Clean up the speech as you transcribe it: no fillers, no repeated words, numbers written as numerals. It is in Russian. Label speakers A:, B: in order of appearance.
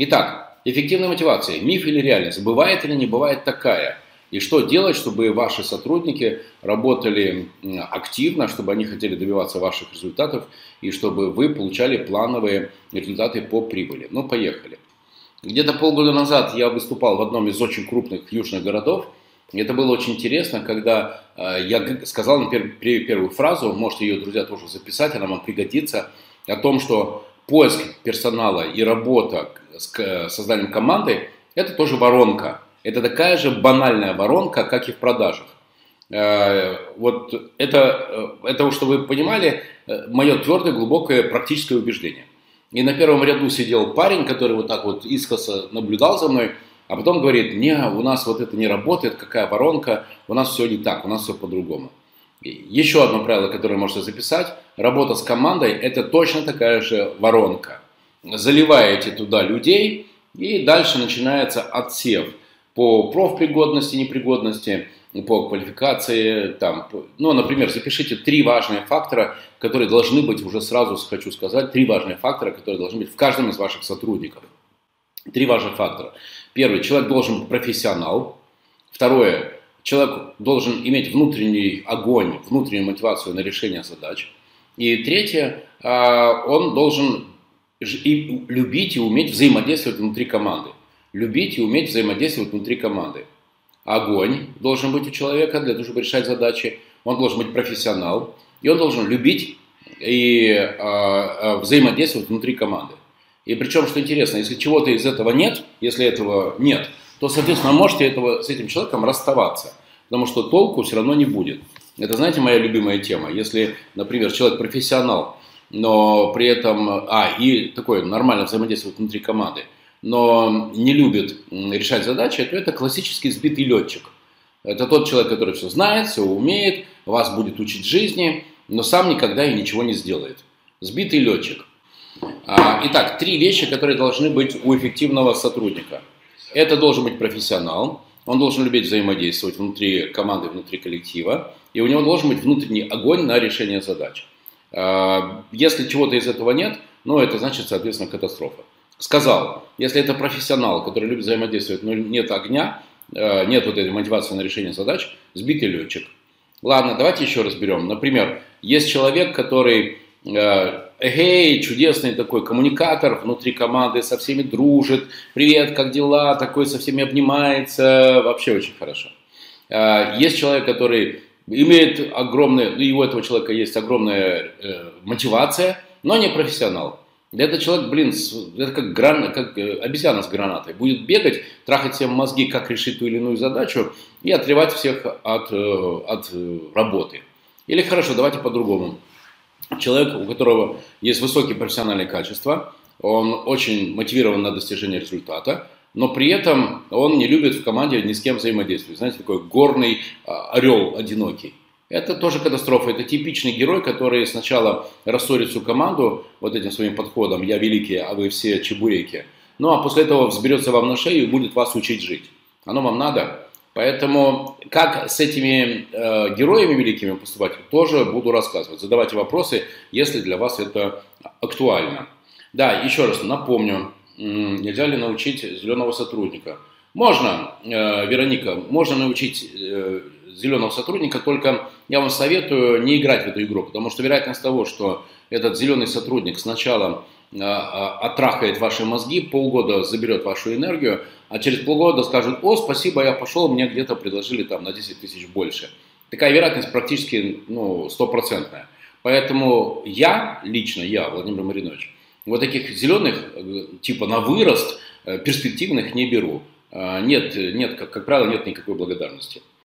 A: Итак, эффективная мотивация. Миф или реальность? Бывает или не бывает такая? И что делать, чтобы ваши сотрудники работали активно, чтобы они хотели добиваться ваших результатов и чтобы вы получали плановые результаты по прибыли? Ну, поехали. Где-то полгода назад я выступал в одном из очень крупных южных городов. И это было очень интересно, когда я сказал, например, первую фразу, можете ее, друзья, тоже записать, она вам пригодится, о том, что поиск персонала и работа с созданием команды – это тоже воронка. Это такая же банальная воронка, как и в продажах. Вот это, что вы понимали, мое твердое, глубокое практическое убеждение. И на первом ряду сидел парень, который вот так вот искоса наблюдал за мной, а потом говорит: не, у нас вот это не работает, какая воронка, у нас все не так, у нас все по-другому. Еще одно правило, которое можете записать: работа с командой – это точно такая же воронка. Заливаете туда людей, и дальше начинается отсев по профпригодности, непригодности, по квалификации. Там, ну, например, запишите 3 важные фактора, которые должны быть, уже сразу хочу сказать, 3 важные фактора, которые должны быть в каждом из ваших сотрудников. 3 важных фактора. Первый – человек должен быть профессионал. Второе – человек должен иметь внутренний огонь, внутреннюю мотивацию на решение задач. И третье – он должен любить и уметь взаимодействовать внутри команды. Любить и уметь взаимодействовать внутри команды. Огонь должен быть у человека для того, чтобы решать задачи. Он должен быть профессионал. И он должен любить и взаимодействовать внутри команды. И причем, что интересно, если чего-то из этого нет, то, соответственно, можете с этим человеком расставаться. Потому что толку все равно не будет. Это, знаете, моя любимая тема. Если, например, человек профессионал, но при этом и такое нормально взаимодействует внутри команды, но не любит решать задачи, то это классический сбитый летчик. Это тот человек, который все знает, все умеет, вас будет учить жизни, но сам никогда и ничего не сделает. Сбитый летчик. Итак, 3 вещи, которые должны быть у эффективного сотрудника. Это должен быть профессионал, он должен любить взаимодействовать внутри команды, внутри коллектива, и у него должен быть внутренний огонь на решение задач. Если чего-то из этого нет, это значит, соответственно, катастрофа. Сказал, если это профессионал, который любит взаимодействовать, но нет огня, нет вот этой мотивации на решение задач, сбитый летчик. Ладно, давайте еще разберем. Например, есть человек, который чудесный такой коммуникатор внутри команды, со всеми дружит, привет, как дела, такой со всеми обнимается, вообще очень хорошо. Есть человек, который имеет и у этого человека есть огромная мотивация, но не профессионал. Этот человек, это как обезьяна с гранатой. Будет бегать, трахать всем мозги, как решить ту или иную задачу и отрывать всех от работы. Или хорошо, давайте по-другому. Человек, у которого есть высокие профессиональные качества, он очень мотивирован на достижение результата, но при этом он не любит в команде ни с кем взаимодействовать. Знаете, такой горный орел одинокий. Это тоже катастрофа. Это типичный герой, который сначала рассорит всю команду вот этим своим подходом: я великий, а вы все чебуреки. Ну а после этого взберется вам на шею и будет вас учить жить. Оно вам надо? Поэтому как с этими героями великими поступать, тоже буду рассказывать. Задавайте вопросы, если для вас это актуально. Да, еще раз напомню, нельзя ли научить зеленого сотрудника? Можно, Вероника, можно научить зеленого сотрудника, только я вам советую не играть в эту игру, потому что вероятность того, что этот зеленый сотрудник сначала оттрахает ваши мозги, полгода заберет вашу энергию, а через полгода скажет: о, спасибо, я пошел, мне где-то предложили там на 10 тысяч больше. Такая вероятность практически 100%. Поэтому лично я, Владимир Маринович, вот таких зеленых, типа на вырост, перспективных не беру. Нет, как правило, нет никакой благодарности.